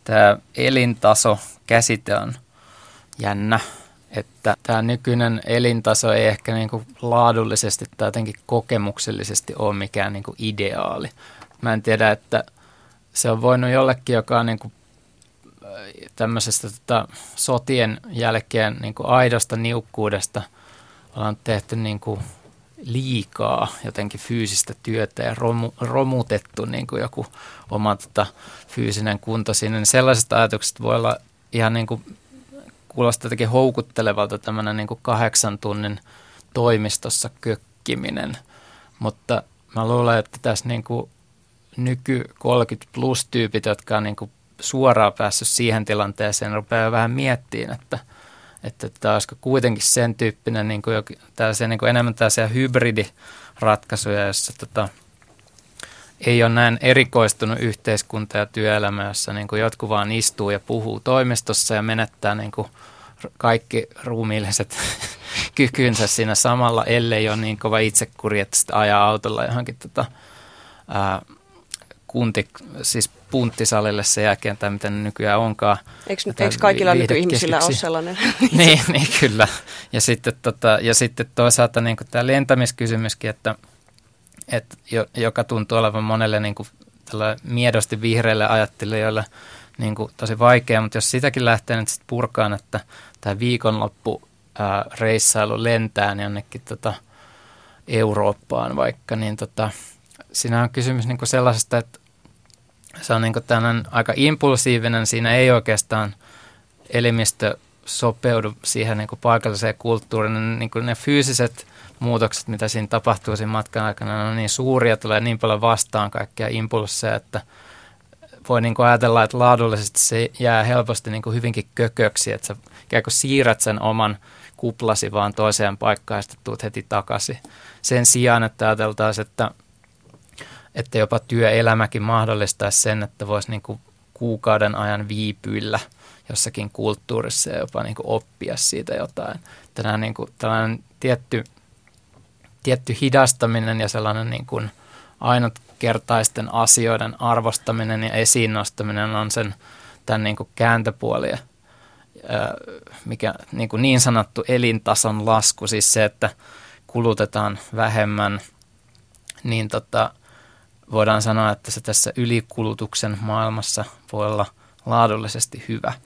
Tämä elintaso-käsite on jännä, että tämä nykyinen elintaso ei ehkä niin kuin laadullisesti tai jotenkin kokemuksellisesti ole mikään niin kuin ideaali. Mä en tiedä, että se on voinut jollekin, joka on niin kuin tämmöisestä sotien jälkeen niin kuin aidosta niukkuudesta ollaan tehty niin kuin liikaa jotenkin fyysistä työtä ja romutettu niin kuin joku oma fyysinen kunto siinä. Niin sellaiset ajatukset voi olla ihan niin kuin kuulostaa jotenkin houkuttelevalta tämmöinen niin kuin 8 tunnin toimistossa kökkiminen, mutta mä luulen, että tässä niin kuin nyky 30 plus tyypit, jotka on niin kuin suoraan päässyt siihen tilanteeseen, rupeaa vähän miettimään, että tämä olisiko kuitenkin sen tyyppinen niin kuin niin kuin enemmän tällaisia hybridiratkaisuja, joissa ei ole näin erikoistunut yhteiskunta ja työelämä, jossa niin kuin jotkut vaan istuu ja puhuu toimistossa ja menettää niin kuin kaikki ruumiilliset kykynsä siinä samalla, ellei ole niin kova itsekuri, että sitä ajaa autolla johonkin siis punttisalille sen jälkeen, tai mitä ne nykyään onkaan. Eikö kaikilla nykyihmisillä ole sellainen? niin, kyllä. Ja sitten toisaalta niin kuin tämä lentämiskysymyskin, että joka tuntuu olevan monelle niin kuin miedosti vihreille ajattelijoille niin kuin tosi vaikea, mutta jos sitäkin lähtee nyt sitten purkaan, että tämä viikonloppu reissailu lentää jonnekin Eurooppaan vaikka, niin siinä on kysymys niin kuin sellaisesta, että se on niin kuin tämmöinen aika impulsiivinen, siinä ei oikeastaan elimistö sopeudu siihen niin kuin paikalliseen kulttuuriin, niin kuin ne fyysiset muutokset, mitä siinä tapahtuu siinä matkan aikana, on niin suuria, tulee niin paljon vastaan kaikkia impulsseja, että voi niin kuin ajatella, että laadullisesti se jää helposti niin kuin hyvinkin kököksi, että sä ikään kuin siirrät sen oman kuplasi vaan toiseen paikkaan ja sitten tuut heti takaisin. Sen sijaan, että ajateltaisiin, että jopa työelämäkin mahdollistaisi sen, että voisi niin kuin kuukauden ajan viipyillä jossakin kulttuurissa ja jopa niin kuin oppia siitä jotain. Tänään niin kuin tällainen tietty hidastaminen ja sellainen niin kuin ainutkertaisten asioiden arvostaminen ja esiin nostaminen on tämän niin kuin kääntöpuoli, mikä niin sanottu elintason lasku, siis se, että kulutetaan vähemmän, niin voidaan sanoa, että se tässä ylikulutuksen maailmassa voi olla laadullisesti hyvä.